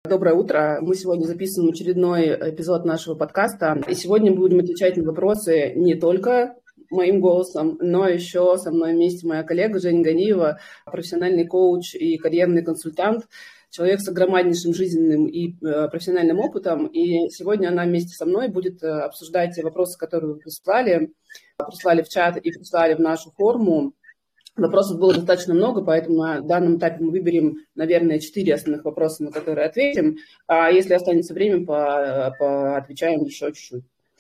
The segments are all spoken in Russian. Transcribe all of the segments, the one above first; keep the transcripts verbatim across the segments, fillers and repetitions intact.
Доброе утро. Мы сегодня записываем очередной эпизод нашего подкаста. И сегодня будем отвечать на вопросы не только моим голосом, но еще со мной вместе моя коллега Женя Ганиева, профессиональный коуч и карьерный консультант, человек с огромнейшим жизненным и профессиональным опытом. И сегодня она вместе со мной будет обсуждать вопросы, которые вы прислали, прислали в чат и прислали в нашу форму. Вопросов было достаточно много, поэтому на данном этапе мы выберем, наверное, четыре основных вопроса, на которые ответим. А если останется время, по, по отвечаем еще чуть-чуть.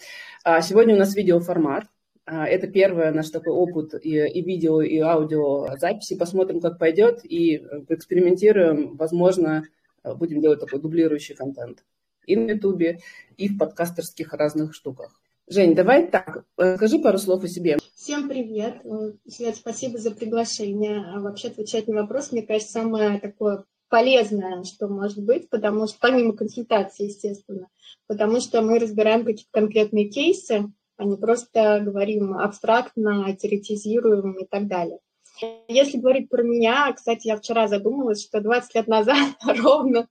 А сегодня у нас видеоформат. А это первый наш такой опыт и, и видео, и аудио записи. Посмотрим, как пойдет, и поэкспериментируем. Возможно, будем делать такой дублирующий контент и на Ютубе, и в подкастерских разных штуках. Жень, давай так, скажи пару слов о себе. Всем привет. Свет, спасибо за приглашение. Вообще отвечать на вопрос, мне кажется, самое такое полезное, что может быть, потому что, помимо консультации, естественно, потому что мы разбираем какие-то конкретные кейсы, а не просто говорим абстрактно, теоретизируем и так далее. Если говорить про меня, кстати, я вчера задумалась, что двадцать лет назад ровно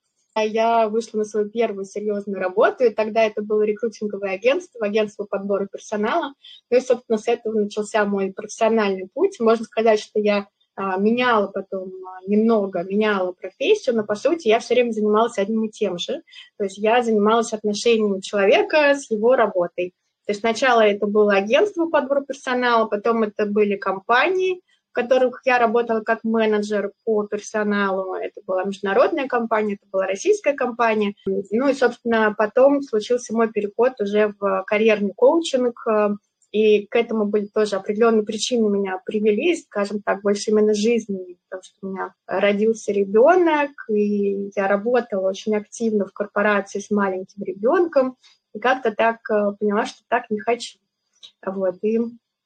я вышла на свою первую серьезную работу, и тогда это было рекрутинговое агентство, агентство подбора персонала. Ну и, собственно, с этого начался мой профессиональный путь. Можно сказать, что я а, меняла потом а, немного, меняла профессию, но, по сути, я все время занималась одним и тем же. То есть я занималась отношением человека с его работой. То есть сначала это было агентство подбора персонала, потом это были компании, в которых я работала как менеджер по персоналу. Это была международная компания, это была российская компания. Ну и, собственно, потом случился мой переход уже в карьерный коучинг, и к этому были тоже определенные причины, меня привели, скажем так, больше именно жизненные, потому что у меня родился ребенок, и я работала очень активно в корпорации с маленьким ребенком, и как-то так поняла, что так не хочу. Вот, и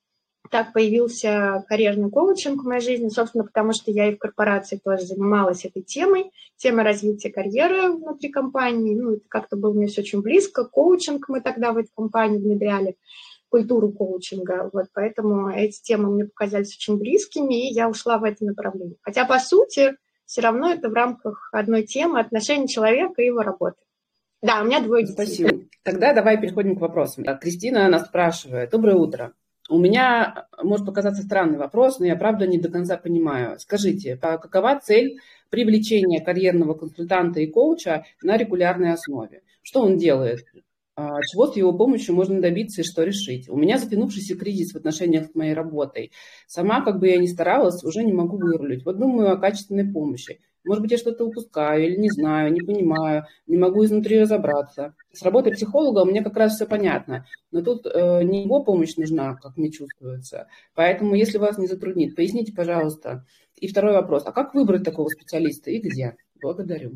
так появился карьерный коучинг в моей жизни, собственно, потому что я и в корпорации тоже занималась этой темой, темой развития карьеры внутри компании. Ну, это как-то было мне все очень близко. Коучинг мы тогда в этой компании внедряли, культуру коучинга. Вот, поэтому эти темы мне показались очень близкими, и я ушла в это направление. Хотя, по сути, все равно это в рамках одной темы отношений человека и его работы. Да, у меня двое детей. Спасибо. Тогда давай переходим к вопросам. Кристина нас спрашивает. Доброе утро. У меня может показаться странный вопрос, но я, правда, не до конца понимаю. Скажите, какова цель привлечения карьерного консультанта и коуча на регулярной основе? Что он делает? Чего с его помощью можно добиться и что решить? У меня затянувшийся кризис в отношениях с моей работой. Сама, как бы я ни старалась, уже не могу вырулить. Вот думаю о качественной помощи. Может быть, я что-то упускаю или не знаю, не понимаю, не могу изнутри разобраться. С работой психолога у меня как раз все понятно, но тут э, не его помощь нужна, как мне чувствуется. Поэтому, если вас не затруднит, поясните, пожалуйста. И второй вопрос. А как выбрать такого специалиста и где? Благодарю.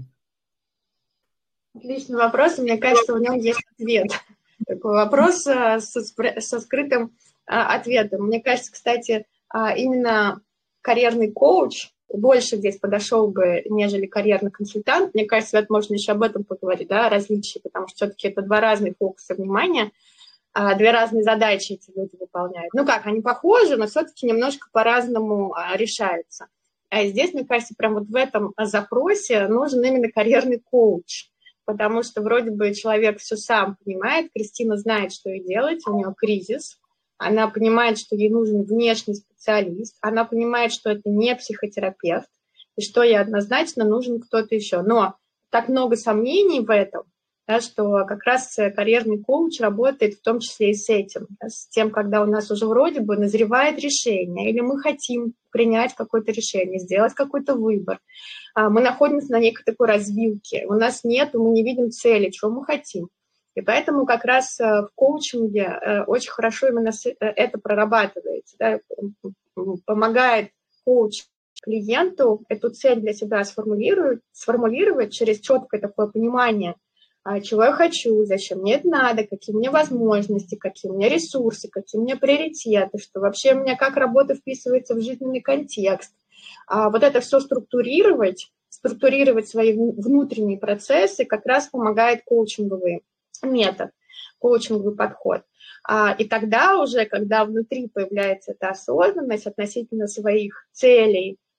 Отличный вопрос, и мне кажется, у него есть ответ. Такой вопрос со, со скрытым а, ответом. Мне кажется, кстати, а, именно карьерный коуч больше здесь подошел бы, нежели карьерный консультант. Мне кажется, это можно еще об этом поговорить, да, различия, потому что все-таки это два разных фокуса внимания, а, две разные задачи эти люди выполняют. Ну как, они похожи, но все-таки немножко по-разному а, решаются. А здесь, мне кажется, прям вот в этом запросе нужен именно карьерный коуч. Потому что вроде бы человек все сам понимает, Кристина знает, что ей делать, у нее кризис, она понимает, что ей нужен внешний специалист, она понимает, что это не психотерапевт, и что ей однозначно нужен кто-то еще. Но так много сомнений в этом, да, что как раз карьерный коуч работает в том числе и с этим, да, с тем, когда у нас уже вроде бы назревает решение, или мы хотим принять какое-то решение, сделать какой-то выбор. Мы находимся на некой такой развилке, у нас нет, мы не видим цели, чего мы хотим. И поэтому как раз в коучинге очень хорошо именно это прорабатывается, да, помогает коуч клиенту эту цель для себя сформулировать, сформулировать через четкое такое понимание, чего я хочу, зачем мне это надо, какие у меня возможности, какие у меня ресурсы, какие у меня приоритеты, что вообще у меня как работа вписывается в жизненный контекст. А вот это все структурировать, структурировать свои внутренние процессы как раз помогает коучинговый метод, коучинговый подход. А, и тогда уже, когда внутри появляется эта осознанность относительно своих целей,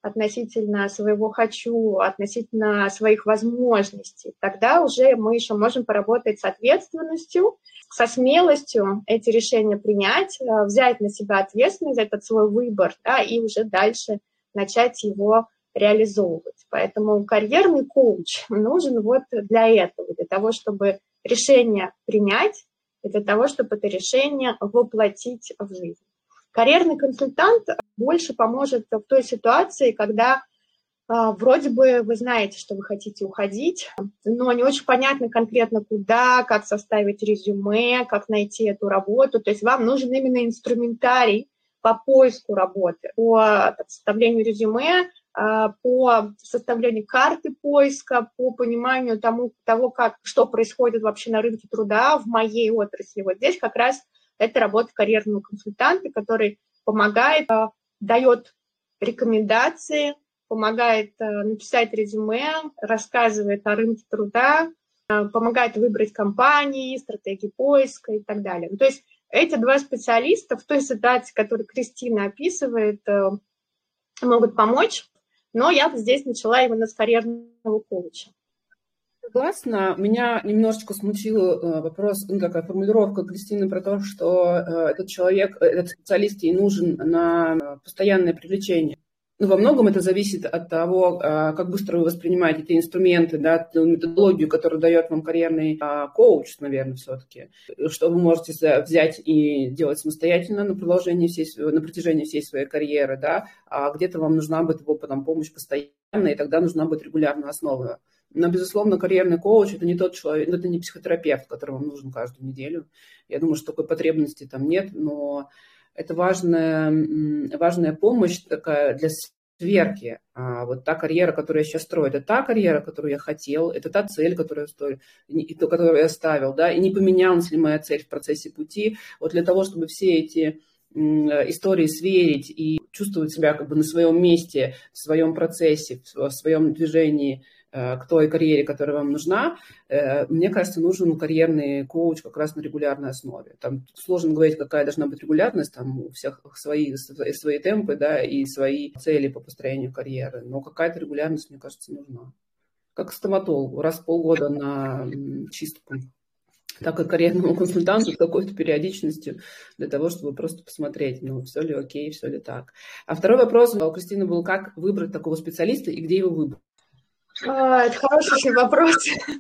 относительно своего «хочу», относительно своих возможностей, тогда уже мы еще можем поработать с ответственностью, со смелостью эти решения принять, взять на себя ответственность за этот свой выбор, да, и уже дальше начать его реализовывать. Поэтому карьерный коуч нужен вот для этого, для того, чтобы решение принять, и для того, чтобы это решение воплотить в жизнь. Карьерный консультант больше поможет в той ситуации, когда а, вроде бы вы знаете, что вы хотите уходить, но не очень понятно конкретно куда, как составить резюме, как найти эту работу. То есть вам нужен именно инструментарий по поиску работы, по так, составлению резюме, а, по составлению карты поиска, по пониманию тому, того, как, что происходит вообще на рынке труда в моей отрасли. Вот здесь как раз это работа карьерного консультанта, который помогает, дает рекомендации, помогает написать резюме, рассказывает о рынке труда, помогает выбрать компании, стратегии поиска и так далее. То есть эти два специалиста в той ситуации, которую Кристина описывает, могут помочь, но я бы здесь начала именно с карьерного коуча. Согласна. Меня немножечко смутил вопрос, ну, такая формулировка Кристины про то, что этот человек, этот специалист ей нужен на постоянное привлечение. Ну, во многом это зависит от того, как быстро вы воспринимаете эти инструменты, да, ту методологию, которую дает вам карьерный коуч, наверное, все-таки, что вы можете взять и делать самостоятельно на, продолжении всей, на протяжении всей своей карьеры, да, а где-то вам нужна будет его потом помощь постоянно, и тогда нужна будет регулярная основа. Но, безусловно, карьерный коуч – это не тот человек, это не психотерапевт, который вам нужен каждую неделю. Я думаю, что такой потребности там нет, но это важная, важная помощь такая для сверки. А вот та карьера, которую я сейчас строю, это та карьера, которую я хотел, это та цель, которую я, строю, и ту, которую я ставил, да, и не поменялась ли моя цель в процессе пути. Вот для того, чтобы все эти истории сверить и чувствовать себя как бы на своем месте, в своем процессе, в своем движении к той карьере, которая вам нужна, мне кажется, нужен карьерный коуч как раз на регулярной основе. Там сложно говорить, какая должна быть регулярность, там у всех свои, свои темпы, да, и свои цели по построению карьеры, но какая-то регулярность, мне кажется, нужна. Как стоматологу, раз в полгода на чистку, так и карьерному консультанту с какой-то периодичностью для того, чтобы просто посмотреть, ну, все ли окей, все ли так. А второй вопрос у Кристины был, как выбрать такого специалиста и где его выбрать? А, это хороший вопрос.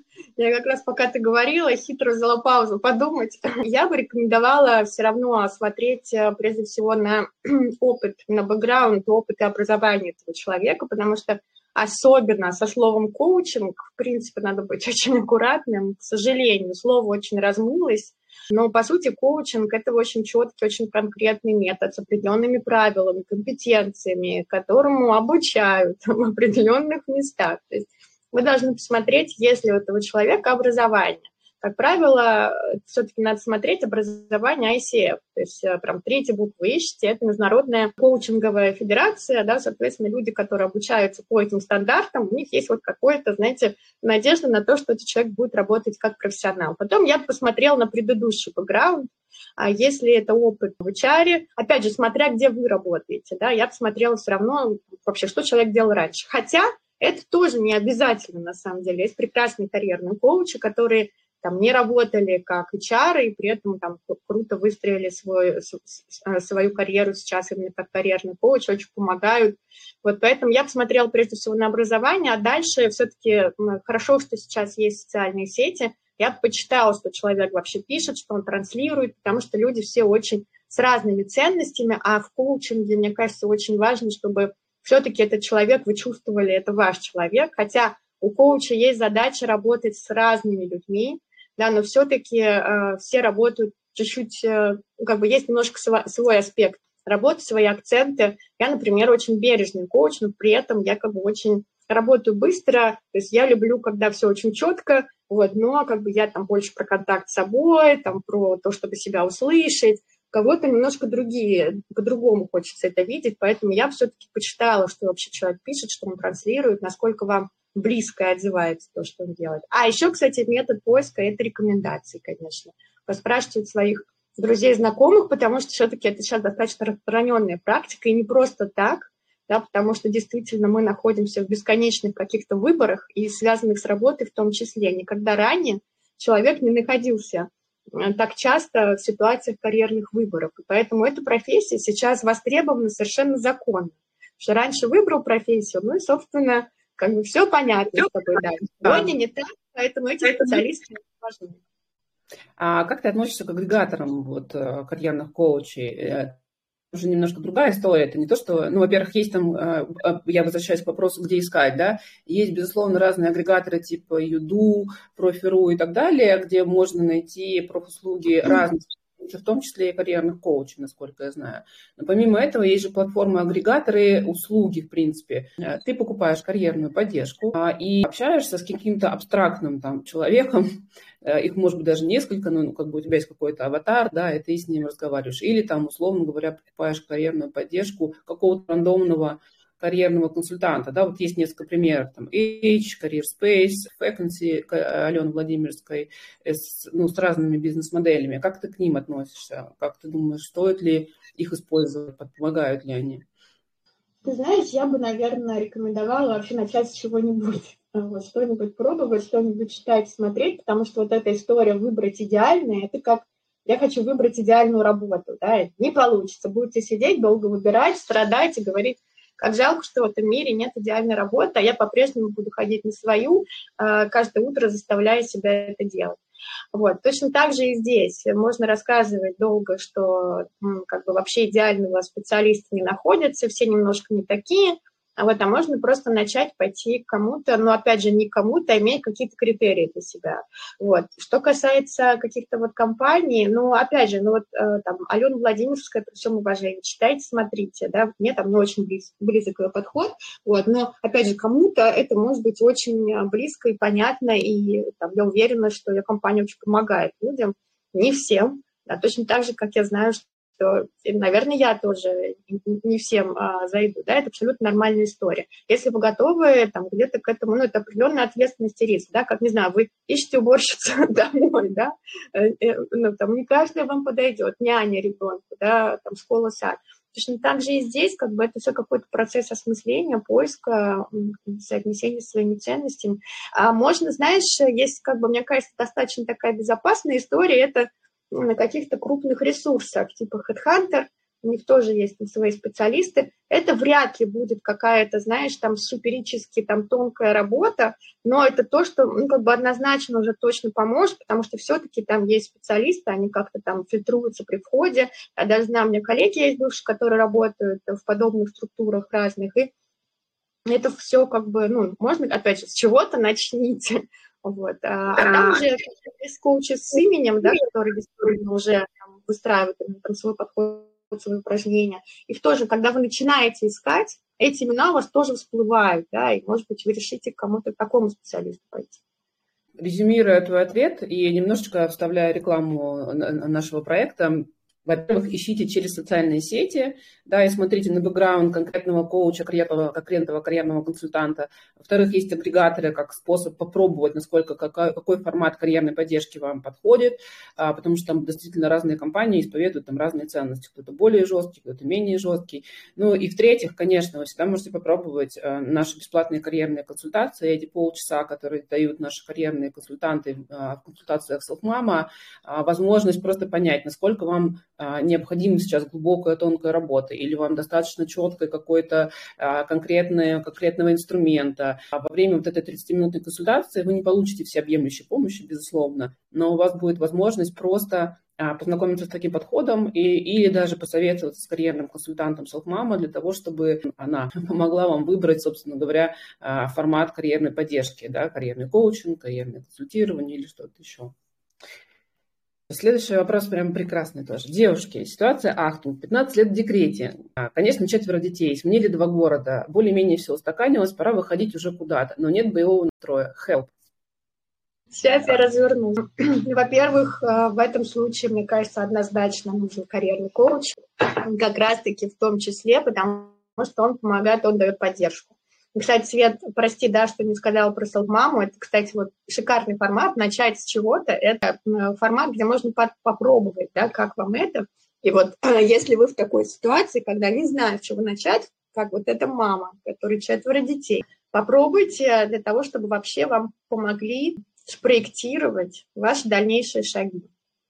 Я как раз пока ты говорила, хитро взяла паузу подумать. Я бы рекомендовала все равно смотреть прежде всего на опыт, на бэкграунд, опыт и образование этого человека, потому что особенно со словом коучинг, в принципе, надо быть очень аккуратным. К сожалению, слово очень размылось. Но, по сути, коучинг – это очень четкий, очень конкретный метод с определенными правилами, компетенциями, которому обучают в определенных местах. То есть вы должны посмотреть, есть ли у этого человека образование. Как правило, все-таки надо смотреть образование ай си эф, то есть прям третья буква ищите, это Международная коучинговая федерация, да, соответственно, люди, которые обучаются по этим стандартам, у них есть вот какая-то, знаете, надежда на то, что этот человек будет работать как профессионал. Потом я посмотрела на предыдущий бэкграунд, а если это опыт в эйч ар, опять же, смотря где вы работаете, да, я посмотрела все равно вообще, что человек делал раньше. Хотя это тоже не обязательно, на самом деле. Есть прекрасные карьерные коучи, которые там не работали как эйч ар, и при этом там круто выстроили свой, свою карьеру сейчас именно как карьерный коуч, очень помогают. Вот поэтому я посмотрела прежде всего на образование, а дальше все-таки хорошо, что сейчас есть социальные сети. Я почитала, что человек вообще пишет, что он транслирует, потому что люди все очень с разными ценностями, а в коучинге, мне кажется, очень важно, чтобы все-таки этот человек, вы чувствовали, это ваш человек, хотя у коуча есть задача работать с разными людьми, да, но все-таки э, все работают чуть-чуть, э, как бы есть немножко свой, свой аспект работы, свои акценты. Я, например, очень бережный коуч, но при этом я как бы очень работаю быстро, то есть я люблю, когда все очень четко, вот, но как бы я там больше про контакт с собой, там про то, чтобы себя услышать. Кого-то немножко другие, по-другому хочется это видеть, поэтому я все-таки почитала, что вообще человек пишет, что он транслирует, насколько вам близко отзывается то, что он делает. А еще, кстати, метод поиска – это рекомендации, конечно. Поспрашивать своих друзей, знакомых, потому что все-таки это сейчас достаточно распространенная практика, и не просто так да, потому что действительно мы находимся в бесконечных каких-то выборах и связанных с работой в том числе. Никогда ранее человек не находился так часто в ситуациях карьерных выборов. И поэтому эта профессия сейчас востребована совершенно законно. Потому что раньше выбрал профессию, ну и, собственно, как бы все понятно с тобой. Да. Сегодня не так, поэтому эти специалисты важны. А как ты относишься к агрегаторам вот, карьерных коучей? Уже немножко другая история. Это не то, что, ну, во-первых, есть там, я возвращаюсь к вопросу, где искать, да, есть, безусловно, разные агрегаторы типа Юду, Профи.ру и так далее, где можно найти профуслуги разных, в том числе и карьерных коучей, насколько я знаю. Но помимо этого есть же платформы-агрегаторы, услуги, в принципе. Ты покупаешь карьерную поддержку и общаешься с каким-то абстрактным там человеком, их может быть даже несколько, но ну, как бы у тебя есть какой-то аватар, да, и ты с ним разговариваешь. Или там, условно говоря, покупаешь карьерную поддержку какого-то рандомного карьерного консультанта, да, вот есть несколько примеров, там, H, Career Space, Vacancy, Алены Владимирской, с, ну, с разными бизнес-моделями. Как ты к ним относишься? Как ты думаешь, стоит ли их использовать, помогают ли они? Ты знаешь, я бы, наверное, рекомендовала вообще начать с чего-нибудь. Вот, что-нибудь пробовать, что-нибудь читать, смотреть, потому что вот эта история выбрать идеальное, это как я хочу выбрать идеальную работу, да, не получится. Будете сидеть, долго выбирать, страдать и говорить, как жалко, что в этом мире нет идеальной работы, а я по-прежнему буду ходить на свою, каждое утро заставляя себя это делать. Вот. Точно так же и здесь. Можно рассказывать долго, что как бы вообще идеального специалиста не находится, все немножко не такие. А вот, а можно просто начать пойти к кому-то, но опять же не кому-то, а иметь какие-то критерии для себя. Вот. Что касается каких-то вот компаний, ну опять же, ну вот там Алена Владимирская, при всем уважении, читайте, смотрите, да, мне там не очень близ, близок ее подход, вот, но опять же кому-то это может быть очень близко и понятно, и там, я уверена, что ее компания очень помогает людям, не всем, да, точно так же, как я знаю, что что, наверное, я тоже не всем а, зайду, да, это абсолютно нормальная история. Если вы готовы там где-то к этому, ну, это определенная ответственность и риск, да, как, не знаю, вы ищете уборщицу домой, да, ну, там не каждая вам подойдет, няня ребенку, да, там школа, сад. Точно так же и здесь, как бы это все какой-то процесс осмысления, поиска, соотнесения с своими ценностями. А можно, знаешь, есть, как бы, мне кажется, достаточно такая безопасная история, это на каких-то крупных ресурсах, типа HeadHunter, у них тоже есть там свои специалисты, это вряд ли будет какая-то, знаешь, там суперически там тонкая работа, но это то, что, ну, как бы однозначно уже точно поможет, потому что все-таки там есть специалисты, они как-то там фильтруются при входе. Я даже знаю, у меня коллеги есть бывшие, которые работают в подобных структурах разных, и это все как бы, ну, можно, опять же, с чего-то начните. Вот. А, а там уже есть коучи с именем, да, которые действительно уже там, выстраивают там, свой подход, свои упражнения. Их тоже, когда вы начинаете искать, эти имена у вас тоже всплывают, да, и, может быть, вы решите к кому-то, к такому специалисту пойти. Резюмируя твой ответ и немножечко вставляя рекламу нашего проекта, во-первых, ищите через социальные сети, да, и смотрите на бэкграунд конкретного коуча, карьерного, конкретного карьерного консультанта. Во-вторых, есть агрегаторы как способ попробовать, насколько, какой, какой формат карьерной поддержки вам подходит, а, потому что там действительно разные компании исповедуют там разные ценности. Кто-то более жесткий, кто-то менее жесткий. Ну и в-третьих, конечно, вы всегда можете попробовать а, наши бесплатные карьерные консультации, эти полчаса, которые дают наши карьерные консультанты а, в консультациях Self.Mama, а, возможность просто понять, насколько вам необходима сейчас глубокая, тонкая работа, или вам достаточно четкой какой-то конкретной, конкретного инструмента. Во время вот этой тридцатиминутной консультации вы не получите всеобъемлющей помощи, безусловно, но у вас будет возможность просто познакомиться с таким подходом и, или даже посоветоваться с карьерным консультантом Self.Mama для того, чтобы она помогла вам выбрать, собственно говоря, формат карьерной поддержки, да, карьерный коучинг, карьерное консультирование или что-то еще. Следующий вопрос прям прекрасный тоже. Девушки, ситуация ахтунг. пятнадцать лет в декрете. Конечно, четверо детей. Сменили два города. Более-менее все устаканилось. Пора выходить уже куда-то. Но нет боевого настроя. Help. Сейчас я разверну. Во-первых, в этом случае, мне кажется, однозначно нужен карьерный коуч. Как раз-таки в том числе, потому что он помогает, он дает поддержку. Кстати, Свет, прости, да, что не сказала про Self.Mama. Это, кстати, вот шикарный формат. Начать с чего-то. Это формат, где можно попробовать, да, как вам это. И вот если вы в такой ситуации, когда не знаю, с чего начать, как вот эта мама, которой четверо детей. Попробуйте для того, чтобы вообще вам помогли спроектировать ваши дальнейшие шаги.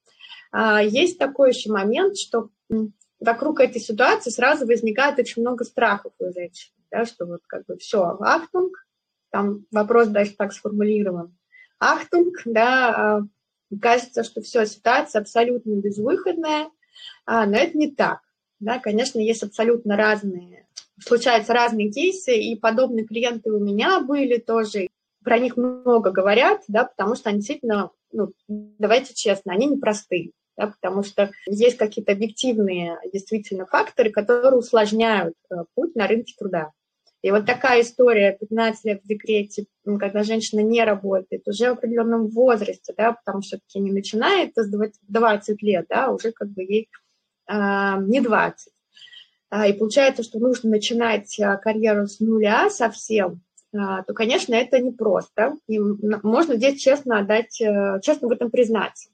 Есть такой еще момент, что вокруг этой ситуации сразу возникает очень много страхов у женщин, да, что вот как бы все, ахтунг, там вопрос даже так сформулирован, ахтунг, да, кажется, что все, ситуация абсолютно безвыходная, но это не так, да, конечно, есть абсолютно разные, случаются разные кейсы, и подобные клиенты у меня были тоже, про них много говорят, да, потому что они действительно, ну, давайте честно, они непростые. Да, потому что есть какие-то объективные действительно факторы, которые усложняют путь на рынке труда. И вот такая история, пятнадцать лет в декрете, когда женщина не работает, уже в определенном возрасте, да, потому что все-таки не начинает с двадцати лет, да, уже как бы ей а, не двадцать. А, и получается, что нужно начинать карьеру с нуля совсем, а, то, конечно, это непросто. И можно здесь честно отдать, честно в этом признаться.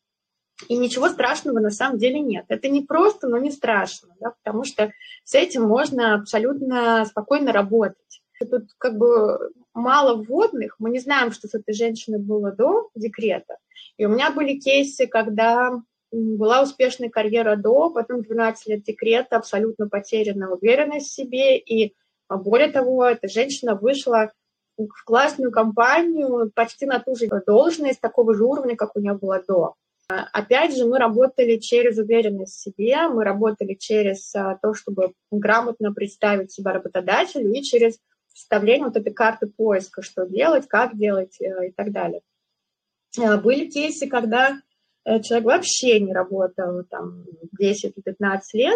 И ничего страшного на самом деле нет. Это не просто, но не страшно, да, потому что с этим можно абсолютно спокойно работать. Тут как бы мало вводных, мы не знаем, что с этой женщиной было до декрета. И у меня были кейсы, когда была успешная карьера до, потом двенадцать лет декрета, абсолютно потеряна уверенность в себе. И более того, эта женщина вышла в классную компанию почти на ту же должность, такого же уровня, как у нее было до. Опять же, мы работали через уверенность в себе, мы работали через то, чтобы грамотно представить себя работодателю и через вставление вот этой карты поиска, что делать, как делать и так далее. Были кейсы, когда человек вообще не работал там десять-пятнадцать лет,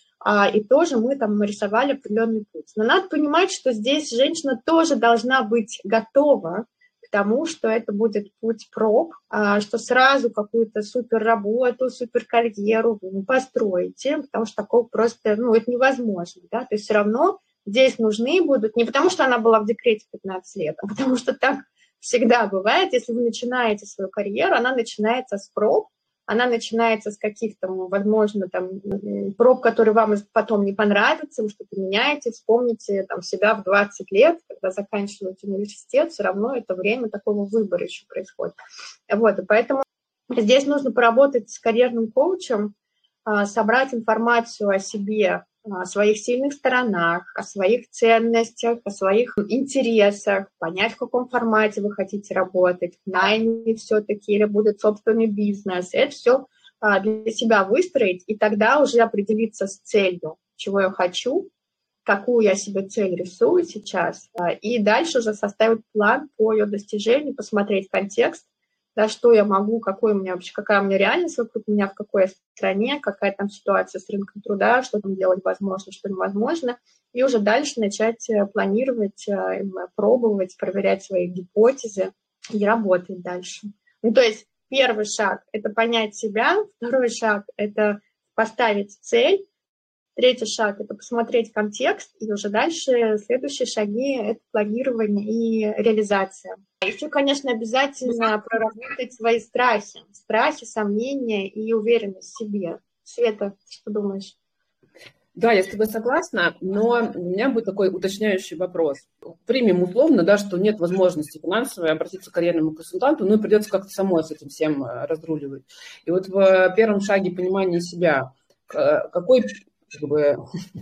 и тоже мы там нарисовали определенный путь. Но надо понимать, что здесь женщина тоже должна быть готова тому, что это будет путь проб, что сразу какую-то супер работу, супер карьеру вы не построите, потому что такого просто, ну, это невозможно, да, то есть все равно здесь нужны будут, не потому что она была в декрете пятнадцать лет, а потому что так всегда бывает, если вы начинаете свою карьеру, она начинается с проб, она начинается с каких-то, возможно, там, проб, которые вам потом не понравятся, вы что-то меняете, вспомните там, себя в двадцать лет, когда заканчиваете университет, все равно это время такого выбора еще происходит. Вот, и поэтому здесь нужно поработать с карьерным коучем, собрать информацию о себе, о своих сильных сторонах, о своих ценностях, о своих интересах, понять, в каком формате вы хотите работать, в найме все-таки или будет собственный бизнес. Это все для себя выстроить, и тогда уже определиться с целью, чего я хочу, какую я себе цель рисую сейчас, и дальше уже составить план по ее достижению, посмотреть контекст, да, что я могу, какой у меня вообще, какая у меня реальность вокруг меня, в какой стране, какая там ситуация с рынком труда, что там делать возможно, что невозможно, и уже дальше начать планировать, пробовать, проверять свои гипотезы и работать дальше. Ну, то есть первый шаг – это понять себя, второй шаг – это поставить цель, третий шаг – это посмотреть контекст, и уже дальше следующие шаги – это планирование и реализация. Еще, конечно, обязательно проработать свои страхи, страхи, сомнения и уверенность в себе. Света, что думаешь? Да, я с тобой согласна, но у меня будет такой уточняющий вопрос. Примем условно, да, что нет возможности финансовой обратиться к карьерному консультанту, ну и придется как-то самой с этим всем разруливать. И вот в первом шаге понимания себя, какой как бы,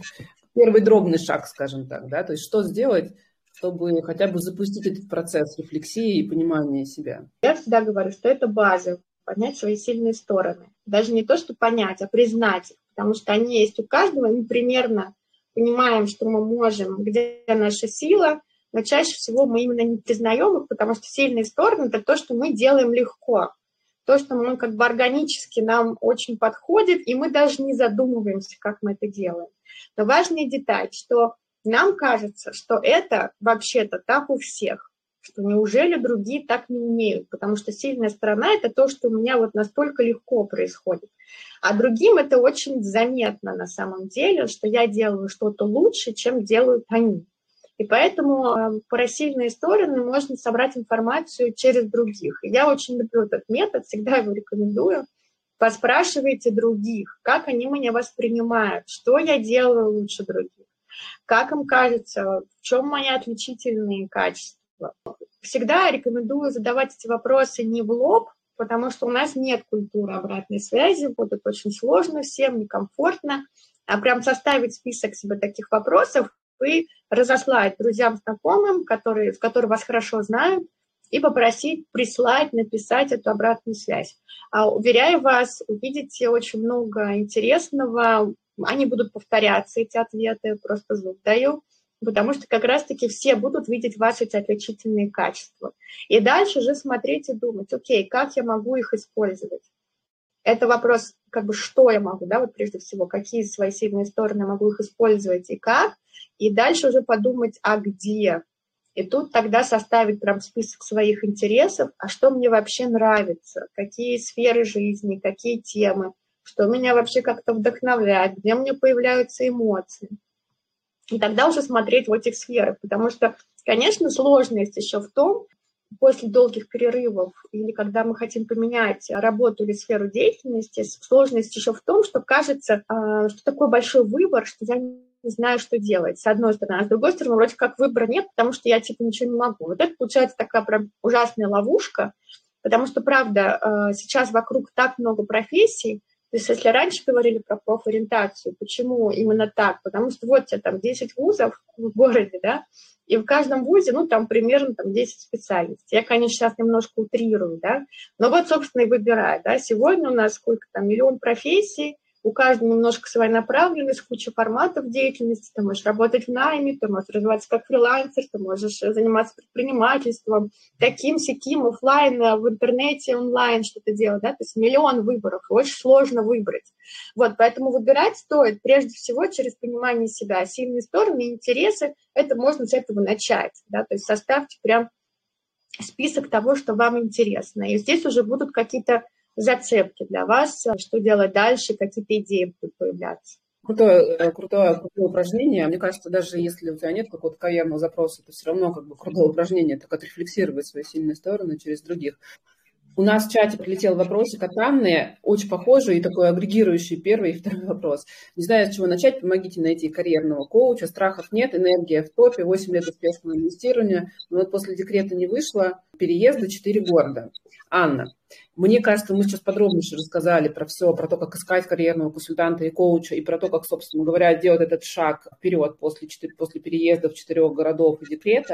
первый дробный шаг, скажем так, да, то есть что сделать, чтобы хотя бы запустить этот процесс рефлексии и понимания себя? Я всегда говорю, что это база, понять свои сильные стороны. Даже не то, что понять, а признать их, потому что они есть у каждого, мы примерно понимаем, что мы можем, где наша сила, но чаще всего мы именно не признаем их, потому что сильные стороны – это то, что мы делаем легко, то, что мы как бы органически нам очень подходит, и мы даже не задумываемся, как мы это делаем. Но важная деталь, что нам кажется, что это вообще-то так у всех, что неужели другие так не умеют, потому что сильная сторона – это то, что у меня вот настолько легко происходит. А другим это очень заметно на самом деле, что я делаю что-то лучше, чем делают они. И поэтому про сильные стороны можно собрать информацию через других. И я очень люблю этот метод, всегда его рекомендую. Поспрашивайте других, как они меня воспринимают, что я делаю лучше других. как им кажется, в чем мои отличительные качества. Всегда рекомендую задавать эти вопросы не в лоб, потому что у нас нет культуры обратной связи, будет очень сложно всем, некомфортно, а прям составить список себе таких вопросов и разослать друзьям, знакомым, которые, которые вас хорошо знают, и попросить прислать, написать эту обратную связь. А, уверяю вас, увидите очень много интересного, они будут повторяться, эти ответы, просто звук даю, потому что как раз-таки все будут видеть ваши эти отличительные качества. И дальше же смотреть и думать, окей, как я могу их использовать? Это вопрос, как бы, что я могу, да, вот прежде всего, какие свои сильные стороны могу их использовать и как, и дальше уже подумать, а где? И тут тогда составить прям список своих интересов, а что мне вообще нравится, какие сферы жизни, какие темы, что меня вообще как-то вдохновляет, где мне появляются эмоции. И тогда уже смотреть в этих сферах, потому что, конечно, сложность еще в том, после долгих перерывов или когда мы хотим поменять работу или сферу деятельности, сложность еще в том, что кажется, что такой большой выбор, что я не знаю, что делать, с одной стороны. А с другой стороны, вроде как выбора нет, потому что я типа ничего не могу. Вот это получается такая прям ужасная ловушка, потому что, правда, сейчас вокруг так много профессий. То есть если раньше говорили про профориентацию, почему именно так? Потому что вот у тебя там десять вузов в городе, да, и в каждом вузе, ну, там примерно там, десять специальностей. Я, конечно, сейчас немножко утрирую, да, но вот, собственно, и выбираю, да. Сегодня у нас сколько там, миллион профессий, у каждого немножко своя направленность, куча форматов деятельности. Ты можешь работать в найме, ты можешь развиваться как фрилансер, ты можешь заниматься предпринимательством, таким-сяким, офлайн, в интернете, онлайн что-то делать, да, то есть миллион выборов, очень сложно выбрать. Вот, поэтому выбирать стоит прежде всего через понимание себя, сильные стороны, интересы, это можно с этого начать, да, то есть составьте прям список того, что вам интересно, и здесь уже будут какие-то зацепки для вас, что делать дальше, какие-то идеи будут появляться. Крутое, крутое, крутое упражнение. Мне кажется, даже если у тебя нет какого-то карьерного запроса, то все равно как бы крутое упражнение, так отрефлексировать свои сильные стороны через других. У нас в чате прилетел вопросик от Анны, очень похожий и такой агрегирующий первый и второй вопрос. Не знаю, с чего начать, помогите найти карьерного коуча. Страхов нет, энергия в топе, восемь лет успешного инвестирования. Но вот после декрета не вышло, переезда четыре города. Анна, мне кажется, мы сейчас подробнейше рассказали про все, про то, как искать карьерного консультанта и коуча, и про то, как, собственно говоря, делать этот шаг вперед после, после переезда в четырех городов и декрета.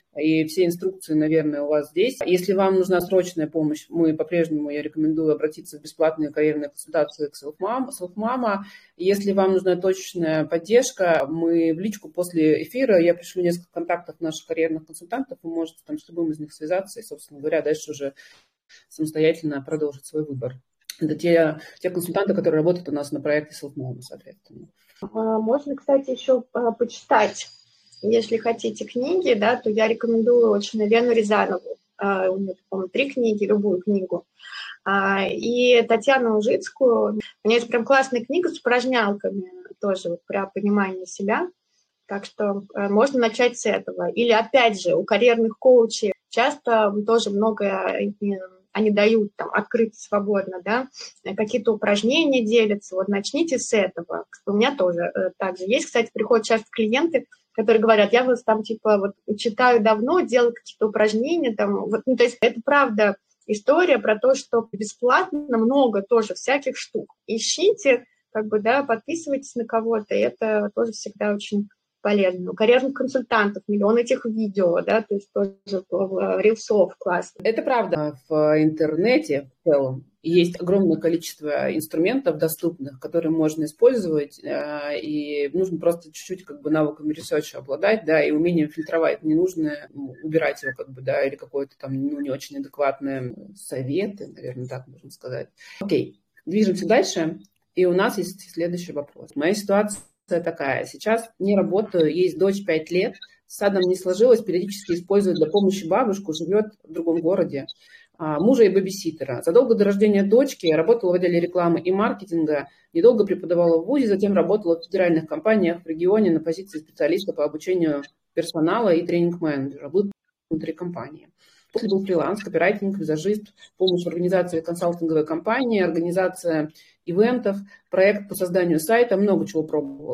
И все инструкции, наверное, у вас здесь. Если вам нужна срочная помощь, мы по-прежнему, я рекомендую обратиться в бесплатные карьерные консультации к Selfmama. Если вам нужна точечная поддержка, мы в личку после эфира, я пришлю несколько контактов наших карьерных консультантов, вы можете там с любым из них связаться и, собственно говоря, дальше уже самостоятельно продолжить свой выбор. Это те, те консультанты, которые работают у нас на проекте Selfmama, соответственно. Можно, кстати, еще почитать, если хотите книги, да, то я рекомендую очень Лену Рязанову. У нее, по-моему, три книги, любую книгу. И Татьяну Ужицкую. У нее есть прям классная книга с упражнялками, тоже вот про понимание себя. Так что можно начать с этого. Или, опять же, у карьерных коучей часто тоже много они дают там открыто, свободно, да, какие-то упражнения делятся. Вот начните с этого. У меня тоже также есть. Кстати, приходят часто клиенты, которые говорят, я вас там типа вот читаю давно, делаю какие-то упражнения. Там, вот, ну, то есть это правда история про то, что бесплатно много тоже всяких штук. Ищите, как бы, да, подписывайтесь на кого-то, и это тоже всегда очень полезно. У карьерных консультантов миллион этих видео, да, то есть тоже рилсов классно. Это правда. В интернете в целом есть огромное количество инструментов доступных, которые можно использовать, и нужно просто чуть-чуть как бы навыками ресерча обладать, да, и умением фильтровать ненужное, убирать его как бы, да, или какое-то там ну, не очень адекватное советы, наверное, так можно сказать. Окей, движемся дальше, и у нас есть следующий вопрос. Моя ситуация такая. Сейчас не работаю, есть дочь пять лет, с садом не сложилось, периодически использую для помощи бабушку, живет в другом городе, мужа и бэбиситера. Задолго до рождения дочки я работала в отделе рекламы и маркетинга, недолго преподавала в вузе, затем работала в федеральных компаниях в регионе на позиции специалиста по обучению персонала и тренинг-менеджера внутри компании. После был фриланс, копирайтинг, визажист, помощь в организации консалтинговой компании, организация ивентов, проект по созданию сайта, много чего пробовала.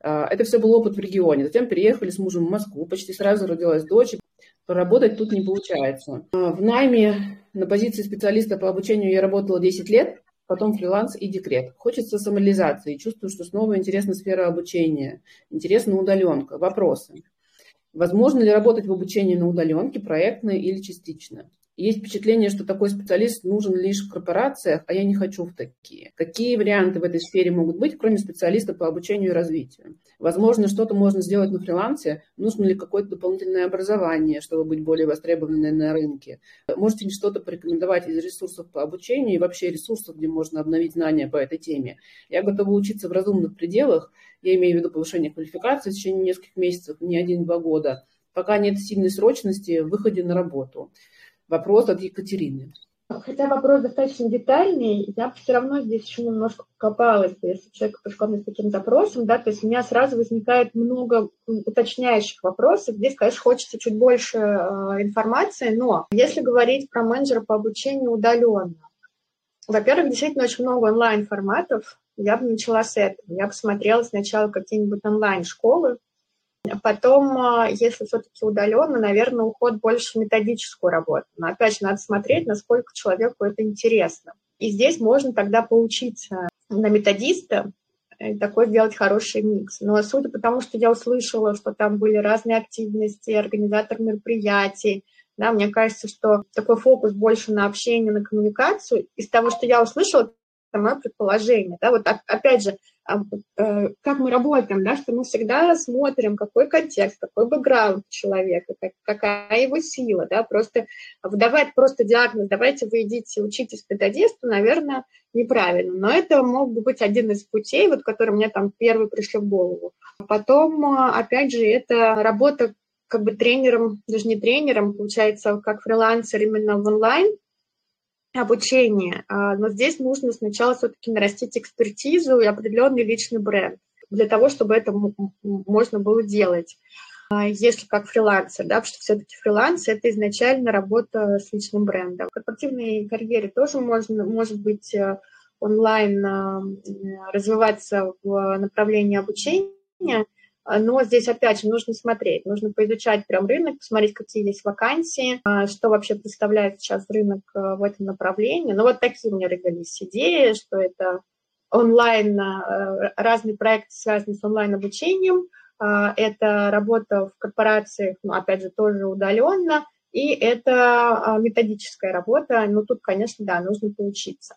Это все был опыт в регионе. Затем переехали с мужем в Москву, почти сразу родилась дочь. Работать тут не получается. В найме на позиции специалиста по обучению я работала десять лет, потом фриланс и декрет. Хочется самореализации, чувствую, что снова интересна сфера обучения, интересна удаленка. Вопросы. Возможно ли работать в обучении на удаленке, проектно или частично? Есть впечатление, что такой специалист нужен лишь в корпорациях, а я не хочу в такие. Какие варианты в этой сфере могут быть, кроме специалиста по обучению и развитию? Возможно, что-то можно сделать на фрилансе. Нужно ли какое-то дополнительное образование, чтобы быть более востребованной на рынке? Можете ли что-то порекомендовать из ресурсов по обучению и вообще ресурсов, где можно обновить знания по этой теме? Я готова учиться в разумных пределах. Я имею в виду повышение квалификации в течение нескольких месяцев, не один-два года. Пока нет сильной срочности в выходе на работу. Вопрос от Екатерины. Хотя вопрос достаточно детальный, я бы все равно здесь еще немножко покопалась, если человек пришел с таким запросом, да, то есть у меня сразу возникает много уточняющих вопросов. Здесь, конечно, хочется чуть больше э, информации, но если говорить про менеджера по обучению удаленно, во-первых, действительно очень много онлайн-форматов, я бы начала с этого. Я бы смотрела сначала какие-нибудь онлайн-школы, потом, если все-таки удаленно, наверное, уход больше в методическую работу. Но опять же, надо смотреть, насколько человеку это интересно. И здесь можно тогда поучиться на методиста, и такой сделать хороший микс. Но судя по тому, что я услышала, что там были разные активности, организатор мероприятий, да, мне кажется, что такой фокус больше на общение, на коммуникацию. Из того, что я услышала, это мое предположение. Да, вот опять же, как мы работаем, да, что мы всегда смотрим, какой контекст, какой бэкграунд человека, как, какая его сила, да, просто выдавать просто диагноз, давайте вы идите учитесь методисту, наверное, неправильно, но это мог бы быть один из путей, вот, который мне там первый пришли в голову. Потом, опять же, это работа как бы тренером, даже не тренером, получается, как фрилансер именно в онлайн, обучение, но здесь нужно сначала все-таки нарастить экспертизу и определенный личный бренд для того, чтобы это можно было делать, если как фрилансер, да, потому что все-таки фриланс – это изначально работа с личным брендом. В корпоративной карьере тоже можно, может быть онлайн развиваться в направлении обучения, но здесь, опять же, нужно смотреть, нужно поизучать прям рынок, посмотреть, какие есть вакансии, что вообще представляет сейчас рынок в этом направлении. Ну, вот такие у меня родились идеи, что это онлайн, разные проекты, связанные с онлайн-обучением, это работа в корпорациях, ну, опять же, тоже удаленно, и это методическая работа, но тут, конечно, да, нужно поучиться.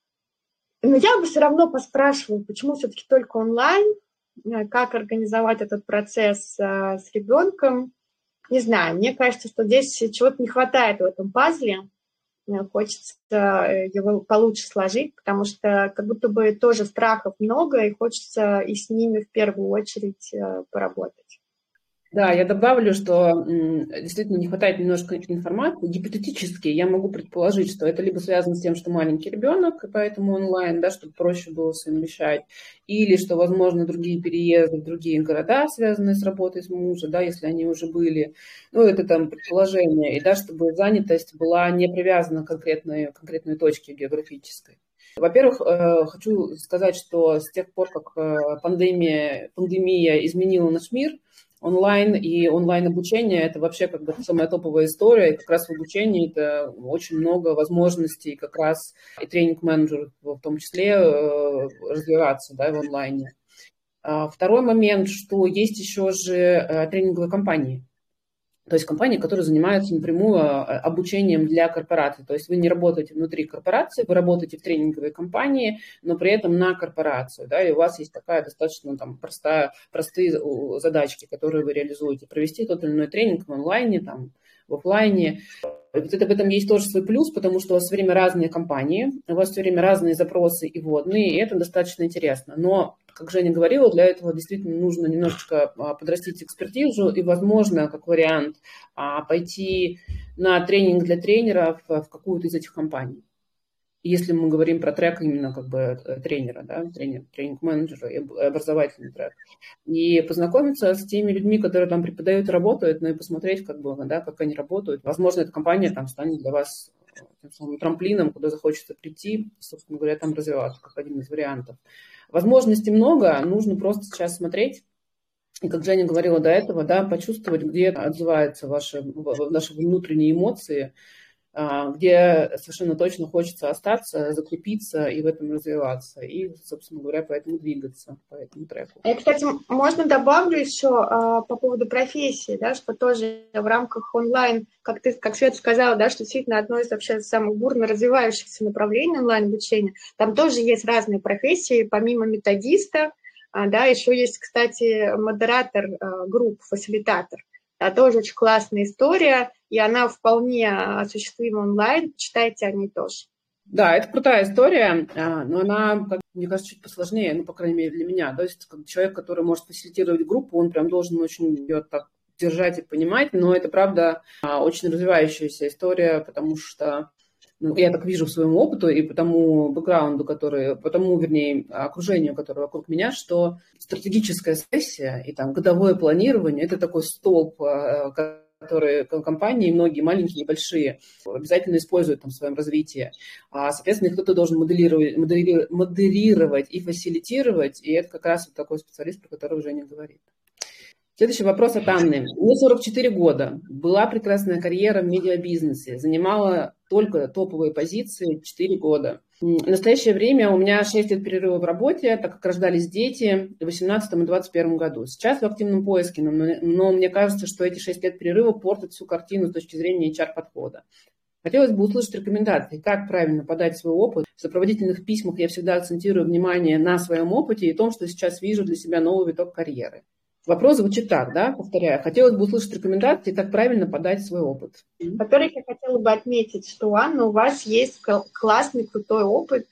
Но я бы все равно поспрашивала, почему все-таки только онлайн, как организовать этот процесс а, с ребенком. Не знаю, мне кажется, что здесь чего-то не хватает в этом пазле. Хочется его получше сложить, потому что как будто бы тоже страхов много, и хочется и с ними в первую очередь поработать. Да, я добавлю, что действительно не хватает немножко информации. Гипотетически я могу предположить, что это либо связано с тем, что маленький ребенок, и поэтому онлайн, да, чтобы проще было совмещать, или что, возможно, другие переезды в другие города, связанные с работой с мужем, да, если они уже были. Ну, это там предположение. И да, чтобы занятость была не привязана к конкретной, конкретной точке географической. Во-первых, хочу сказать, что с тех пор, как пандемия, пандемия изменила наш мир, онлайн и онлайн-обучение – это вообще как бы самая топовая история. И как раз в обучении это очень много возможностей как раз и тренинг-менеджеру в том числе развиваться, да, в онлайне. Второй момент, что есть еще же тренинговые компании. То есть компании, которые занимаются напрямую обучением для корпораций. То есть вы не работаете внутри корпорации, вы работаете в тренинговой компании, но при этом на корпорацию. Да, и у вас есть такая достаточно там, простая, простые задачки, которые вы реализуете. Провести тот или иной тренинг в онлайне, там, в офлайне. Вот это, в этом есть тоже свой плюс, потому что у вас все время разные компании, у вас все время разные запросы и вводные, и это достаточно интересно. Но, как Женя говорила, для этого действительно нужно немножечко подрастить экспертизу и, возможно, как вариант, пойти на тренинг для тренеров в какую-то из этих компаний. Если мы говорим про трек именно как бы тренера, да, тренер, тренинг-менеджера и образовательный трек. И познакомиться с теми людьми, которые там преподают и работают, ну и посмотреть, как бы, да, как они работают. Возможно, эта компания там станет для вас тем самым трамплином, куда захочется прийти, собственно говоря, там развиваться, как один из вариантов. Возможностей много, нужно просто сейчас смотреть, И как Женя говорила до этого, да, почувствовать, где отзываются ваши, наши внутренние эмоции, где совершенно точно хочется остаться, закрепиться и в этом развиваться. И, собственно говоря, поэтому двигаться по этому треку. Я, кстати, можно добавлю еще а, по поводу профессии, да, что тоже в рамках онлайн, как ты, как Света сказала, да, что действительно одно из вообще самых бурно развивающихся направлений онлайн-обучения. Там тоже есть разные профессии, помимо методиста, а, да, еще есть, кстати, модератор а, групп, фасилитатор. Да, тоже очень классная история, и она вполне осуществима онлайн. Читайте о ней тоже. Да, это крутая история, но она, мне кажется, чуть посложнее, ну, по крайней мере, для меня. То есть человек, который может фасилитировать группу, он прям должен очень ее так держать и понимать, но это, правда, очень развивающаяся история, потому что ну, я так вижу в своем опыту и по тому бэкграунду, который, по тому, вернее, окружению, которое вокруг меня, что стратегическая сессия и там годовое планирование – это такой столб, которые компании, многие маленькие и большие, обязательно используют там в своем развитии. А, соответственно, кто-то должен моделировать, модерировать и фасилитировать, и это как раз вот такой специалист, про которого Женя говорит. Следующий вопрос от Анны. Мне сорок четыре года. Была прекрасная карьера в медиабизнесе. Занимала только топовые позиции четыре года. В настоящее время у меня шесть лет перерыва в работе, так как рождались дети в две тысячи восемнадцатом и две тысячи двадцать первом году. Сейчас в активном поиске, но, но мне кажется, что эти шесть лет перерыва портят всю картину с точки зрения эйч ар-подхода. Хотелось бы услышать рекомендации, как правильно подать свой опыт. В сопроводительных письмах я всегда акцентирую внимание на своем опыте и том, что сейчас вижу для себя новый виток карьеры. Вопрос звучит так, да, повторяю. Хотелось бы услышать рекомендации, как правильно подать свой опыт. Во-первых, я хотела бы отметить, что, Анна, у вас есть классный, крутой опыт.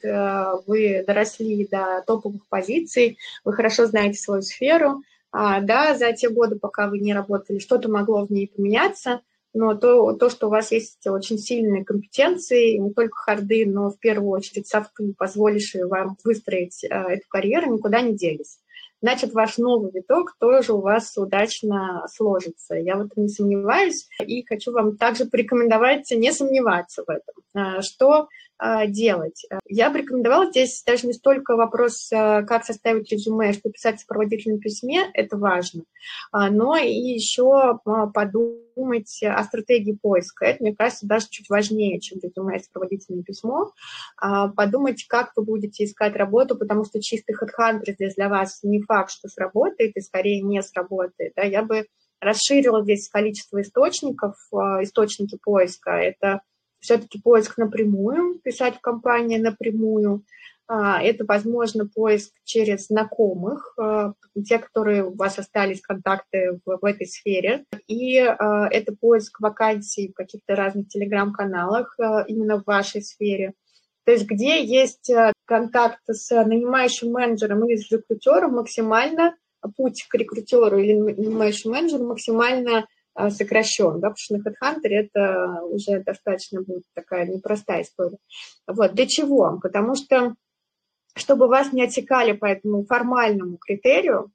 Вы доросли до топовых позиций, вы хорошо знаете свою сферу. Да, за те годы, пока вы не работали, что-то могло в ней поменяться, но то, то, что у вас есть очень сильные компетенции, не только харды, но в первую очередь софты, позволившие вам выстроить эту карьеру, никуда не делись. Значит, ваш новый виток тоже у вас удачно сложится. Я в этом не сомневаюсь. И хочу вам также порекомендовать не сомневаться в этом. Что делать? Я бы рекомендовала здесь даже не столько вопрос, как составить резюме, что писать в сопроводительном письме, это важно, но и еще подумать о стратегии поиска. Это, мне кажется, даже чуть важнее, чем резюме и сопроводительное письмо. Подумать, как вы будете искать работу, потому что чистый HeadHunter здесь для вас не факт, что сработает, и скорее не сработает. Да? Я бы расширила здесь количество источников, источники поиска. Это все-таки поиск напрямую, писать в компании напрямую. Это, возможно, поиск через знакомых, те, которые у вас остались контакты в, в этой сфере. И это поиск вакансий в каких-то разных телеграм-каналах именно в вашей сфере. То есть где есть контакт с нанимающим менеджером или с рекрутером, максимально путь к рекрутеру или нанимающему менеджеру максимально сокращен, да, потому что на HeadHunter это уже достаточно будет такая непростая история. Вот. Для чего? Потому что, чтобы вас не отсекали по этому формальному критерию,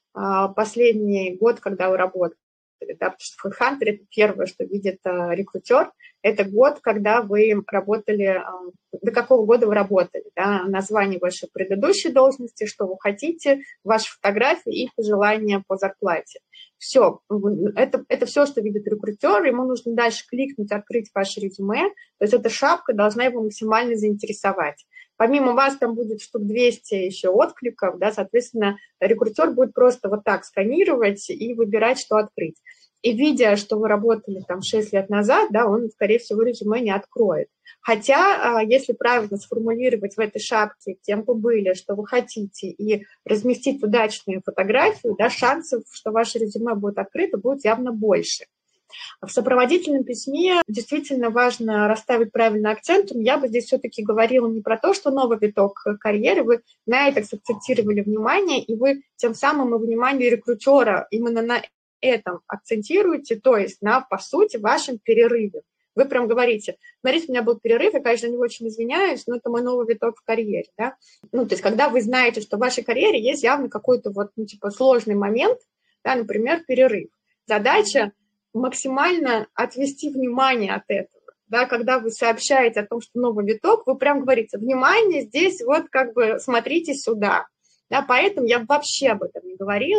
последний год, когда вы работали, да, потому что в HeadHunter это первое, что видит рекрутер, это год, когда вы работали, до какого года вы работали, да, название вашей предыдущей должности, что вы хотите, ваши фотографии и пожелания по зарплате. Все, это, это все, что видит рекрутер, ему нужно дальше кликнуть, открыть ваше резюме, то есть эта шапка должна его максимально заинтересовать. Помимо вас там будет штук двести еще откликов, да, соответственно, рекрутер будет просто вот так сканировать и выбирать, что открыть. И видя, что вы работали там шесть лет назад, да, он, скорее всего, резюме не откроет. Хотя, если правильно сформулировать в этой шапке, кем вы были, что вы хотите, и разместить удачную фотографию, да, шансов, что ваше резюме будет открыто, будет явно больше. В сопроводительном письме действительно важно расставить правильный акцент. Я бы здесь все-таки говорила не про то, что новый виток карьеры, вы на это сакцентировали внимание, и вы тем самым и внимание рекрутера именно на этом акцентируете, то есть на, по сути, вашем перерыве. Вы прям говорите, смотрите, у меня был перерыв, я, конечно, за него очень извиняюсь, но это мой новый виток в карьере, да. Ну, то есть, когда вы знаете, что в вашей карьере есть явно какой-то вот, ну, типа, сложный момент, да, например, перерыв. Задача максимально отвести внимание от этого, да, когда вы сообщаете о том, что новый виток, вы прям говорите, внимание, здесь вот как бы смотрите сюда, да, поэтому я вообще об этом не говорила.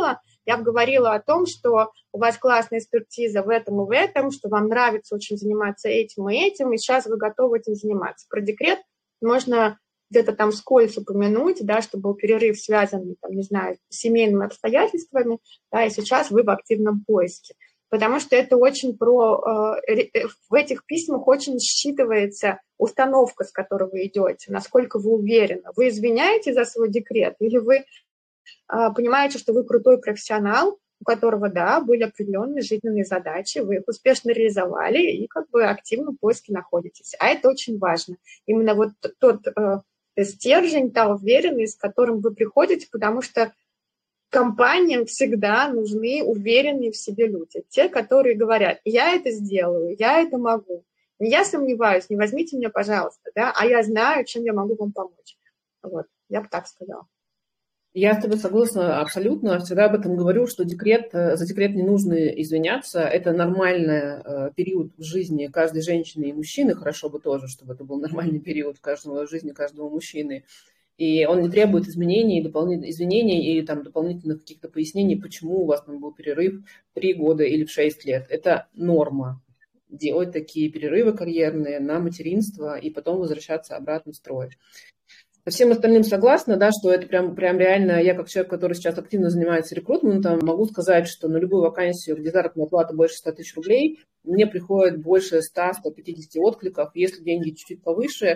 Я бы говорила о том, что у вас классная экспертиза в этом и в этом, что вам нравится очень заниматься этим и этим, и сейчас вы готовы этим заниматься. Про декрет можно где-то там вскользь упомянуть, да, что был перерыв, связанный, там, не знаю, с семейными обстоятельствами, да, и сейчас вы в активном поиске. Потому что это очень про... Э, в этих письмах очень считывается установка, с которой вы идете, насколько вы уверены. Вы извиняете за свой декрет или вы э, понимаете, что вы крутой профессионал, у которого, да, были определенные жизненные задачи, вы их успешно реализовали и как бы активно в поиске находитесь. А это очень важно. Именно вот тот э, стержень, та уверенность, с которым вы приходите, потому что компаниям всегда нужны уверенные в себе люди. Те, которые говорят, я это сделаю, я это могу. Не я сомневаюсь, не возьмите меня, пожалуйста, да, а я знаю, чем я могу вам помочь. Вот, я бы так сказала. Я с тобой согласна абсолютно. Всегда об этом говорю, что декрет, за декрет не нужно извиняться. Это нормальный период в жизни каждой женщины и мужчины. Хорошо бы тоже, чтобы это был нормальный период в каждого в жизни каждого мужчины. И он не требует изменений, дополнительных извинений и там, дополнительных каких-то пояснений, почему у вас там был перерыв в три года или в шесть лет. Это норма. Делать такие перерывы карьерные на материнство и потом возвращаться обратно в строй. Со всем остальным согласна, да, что это прям, прям реально, я как человек, который сейчас активно занимается рекрутментом, могу сказать, что на любую вакансию, где заработная плата больше ста тысяч рублей, мне приходит больше ста — ста пятидесяти откликов. Если деньги чуть-чуть повыше,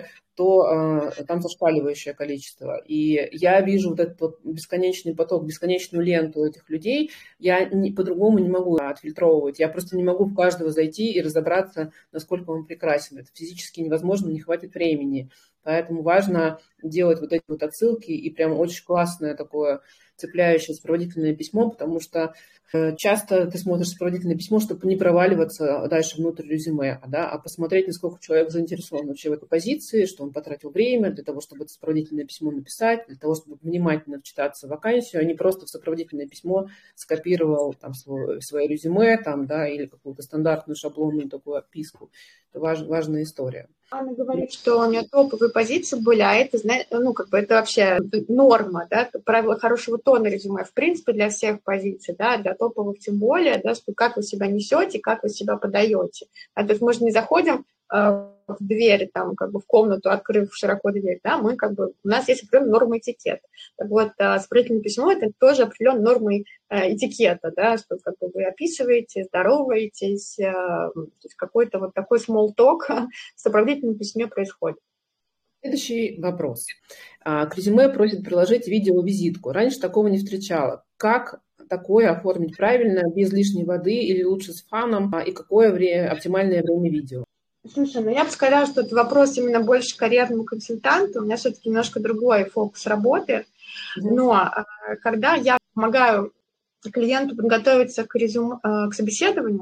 то э, там зашкаливающее количество. И я вижу вот этот вот бесконечный поток, бесконечную ленту этих людей. Я не, по-другому не могу отфильтровывать. Я просто не могу в каждого зайти и разобраться, насколько он прекрасен. Это физически невозможно, не хватит времени. Поэтому важно делать вот эти вот отсылки и прям очень классное такое цепляющее сопроводительное письмо, потому что часто ты смотришь сопроводительное письмо, чтобы не проваливаться дальше внутрь резюме, да, а посмотреть, насколько человек заинтересован вообще в этой позиции, что он потратил время для того, чтобы это сопроводительное письмо написать, для того, чтобы внимательно вчитаться в вакансию, а не просто в сопроводительное письмо скопировал там свое, свое резюме там, да, или какую-то стандартную шаблонную такую отписку. Это важ, важная история. Анна говорит, что у нее топовые позиции были, а это, ну, как бы это вообще норма, да, правило хорошего тона резюме, в принципе, для всех позиций, да, для топовых тем более, да, что как вы себя несете, как вы себя подаете. А то есть мы же не заходим э, в дверь, там, как бы в комнату, открыв широко дверь, да, мы как бы, у нас есть определенная норма этикета. Так вот, э, сопроводительное письмо – это тоже определенная норма э, этикета, да, что как бы вы описываете, здороваетесь, э, то есть какой-то вот такой small talk в сопроводительном письме происходит. Следующий вопрос. К резюме просят приложить видеовизитку. Раньше такого не встречала. Как такое оформить правильно, без лишней воды или лучше с фаном, и какое время, оптимальное время видео? Слушай, ну я бы сказала, что это вопрос именно больше карьерному консультанту. У меня все-таки немножко другой фокус работы. Но когда я помогаю клиенту подготовиться к, резюме, к собеседованию,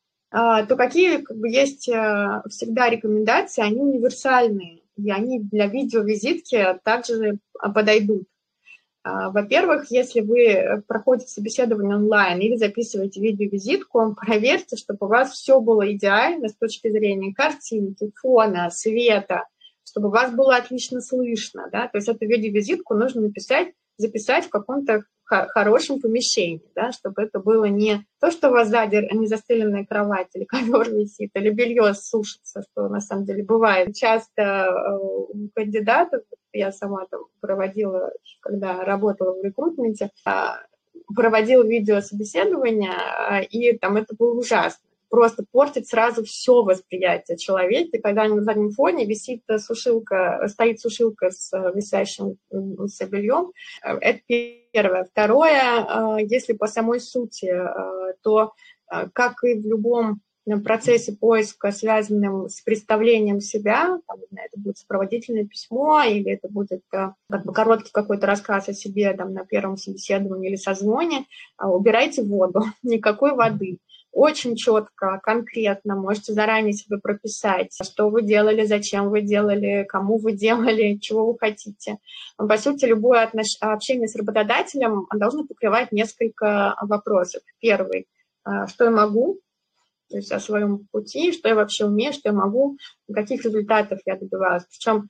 то какие как бы, есть всегда рекомендации, они универсальные, и они для видеовизитки также подойдут. Во-первых, если вы проходите собеседование онлайн или записываете видеовизитку, проверьте, чтобы у вас все было идеально с точки зрения картинки, фона, света, чтобы вас было отлично слышно. Да? То есть эту видеовизитку нужно написать, записать в каком-то хорошем помещении, да, чтобы это было не то, что у вас сзади не застеленная кровать или ковер висит, или белье сушится, что на самом деле бывает. Часто у кандидатов, я сама там проводила, когда работала в рекрутменте, проводила видеособеседование, и там это было ужасно. Просто портит сразу все восприятие человека, когда на заднем фоне висит сушилка, стоит сушилка с висящим с бельем. Это первое. Второе, если по самой сути, то, как и в любом процессе поиска, связанном с представлением себя, там, это будет сопроводительное письмо, или это будет как бы короткий какой-то рассказ о себе там, на первом собеседовании или созвоне, убирайте воду, никакой воды. Очень четко, конкретно, можете заранее себе прописать, что вы делали, зачем вы делали, кому вы делали, чего вы хотите. По сути, любое отнош... общение с работодателем должно покрывать несколько вопросов. Первый, что я могу, то есть о своем пути, что я вообще умею, что я могу, каких результатов я добивалась. Причем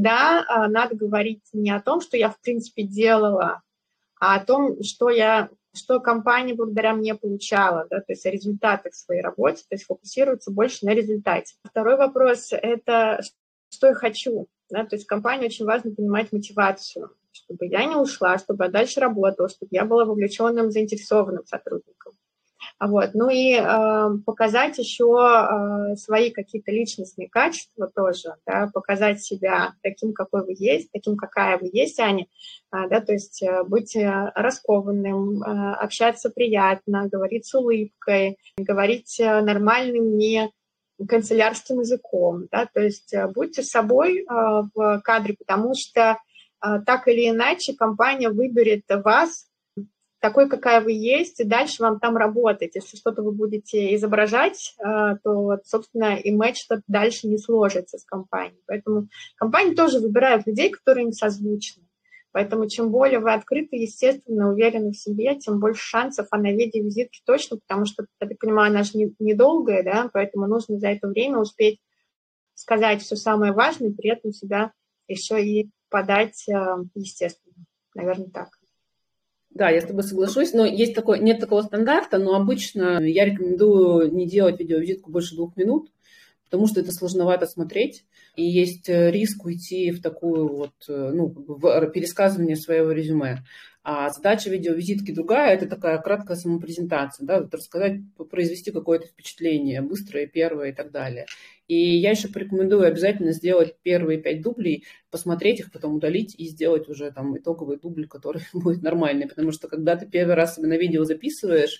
всегда надо говорить не о том, что я в принципе делала, а о том, что я что компания благодаря мне получала, да, то есть о результатах своей работы, то есть фокусируется больше на результате. Второй вопрос – это что я хочу, да, то есть в компании очень важно понимать мотивацию, чтобы я не ушла, чтобы я дальше работала, чтобы я была вовлеченным, заинтересованным сотрудником. Вот. Ну и э, показать еще э, свои какие-то личностные качества тоже, да, показать себя таким, какой вы есть, таким, какая вы есть, Аня, э, да, то есть э, быть э, раскованным, э, общаться приятно, говорить с улыбкой, говорить э, нормальным, не канцелярским языком, да, то есть э, будьте собой э, в кадре, потому что э, так или иначе компания выберет вас такой, какая вы есть, и дальше вам там работать. Если что-то вы будете изображать, то, собственно, и матч-то дальше не сложится с компанией. Поэтому компании тоже выбирают людей, которые им созвучны. Поэтому чем более вы открыты, естественно, уверены в себе, тем больше шансов, а на видеовизитке точно, потому что, я так понимаю, она же недолгая, да, поэтому нужно за это время успеть сказать все самое важное, при этом себя еще и подать, естественно. Наверное, так. Да, я с тобой соглашусь, но есть такой, нет такого стандарта, но обычно я рекомендую не делать видеовизитку больше двух минут, потому что это сложновато смотреть, и есть риск уйти в такую вот, ну, в пересказывание своего резюме. А задача видеовизитки другая, это такая краткая самопрезентация, да, вот рассказать, произвести какое-то впечатление, быстрое, первое и так далее. И я еще порекомендую обязательно сделать первые пять дублей, посмотреть их, потом удалить и сделать уже там итоговый дубль, который будет нормальный, потому что когда ты первый раз на видео записываешь,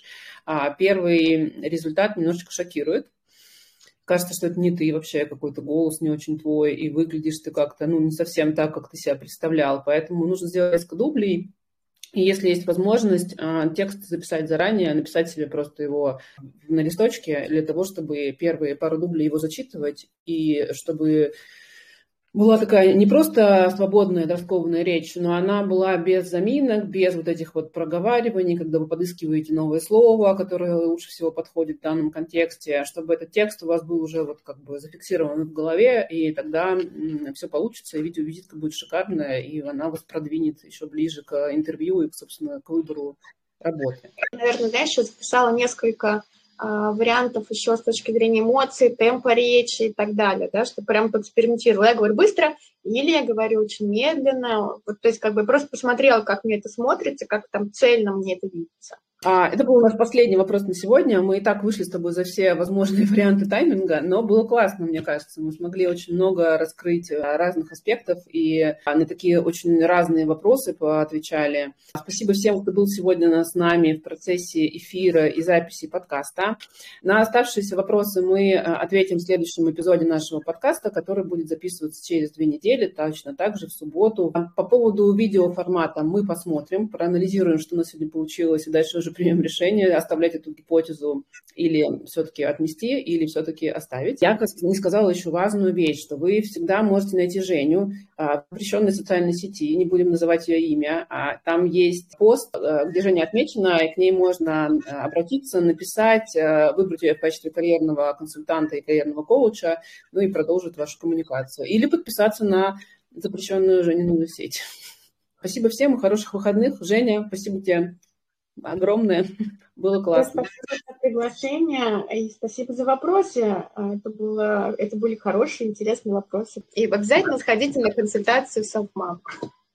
первый результат немножечко шокирует. Кажется, что это не ты вообще, какой-то голос не очень твой, и выглядишь ты как-то, ну, не совсем так, как ты себя представлял. Поэтому нужно сделать несколько дублей. И если есть возможность текст записать заранее, написать себе просто его на листочке для того, чтобы первые пару дублей его зачитывать, и чтобы была такая не просто свободная, да, скованная речь, но она была без заминок, без вот этих вот проговариваний, когда вы подыскиваете новое слово, которое лучше всего подходит в данном контексте, чтобы этот текст у вас был уже вот как бы зафиксирован в голове, и тогда все получится, и видеовизитка будет шикарная, и она вас продвинет еще ближе к интервью и, собственно, к выбору работы. Наверное, да, еще записала несколько вариантов еще с точки зрения эмоций, темпа речи и так далее, да, что прям поэкспериментировала. Я говорю быстро или я говорю очень медленно. Вот, то есть как бы просто посмотрела, как мне это смотрится, как там цельно мне это видится. А, это был наш последний вопрос на сегодня. Мы и так вышли с тобой за все возможные варианты тайминга, но было классно, мне кажется. Мы смогли очень много раскрыть разных аспектов и на такие очень разные вопросы поотвечали. Спасибо всем, кто был сегодня с нами в процессе эфира и записи подкаста. На оставшиеся вопросы мы ответим в следующем эпизоде нашего подкаста, который будет записываться через две недели, точно так же в субботу. По поводу видеоформата мы посмотрим, проанализируем, что у нас сегодня получилось, и дальше уже примем решение, оставлять эту гипотезу или все-таки отнести, или все-таки оставить. Я не сказала еще важную вещь, что вы всегда можете найти Женю в запрещенной социальной сети, не будем называть ее имя, а там есть пост, где Женя отмечена, и к ней можно обратиться, написать, выбрать ее в качестве карьерного консультанта и карьерного коуча, ну и продолжить вашу коммуникацию. Или подписаться на запрещенную Женину сеть. Спасибо всем и хороших выходных. Женя, спасибо тебе огромное. Было классно. Спасибо за приглашение и спасибо за вопросы. Это, было, это были хорошие, интересные вопросы. И обязательно сходите на консультацию в Selfmap.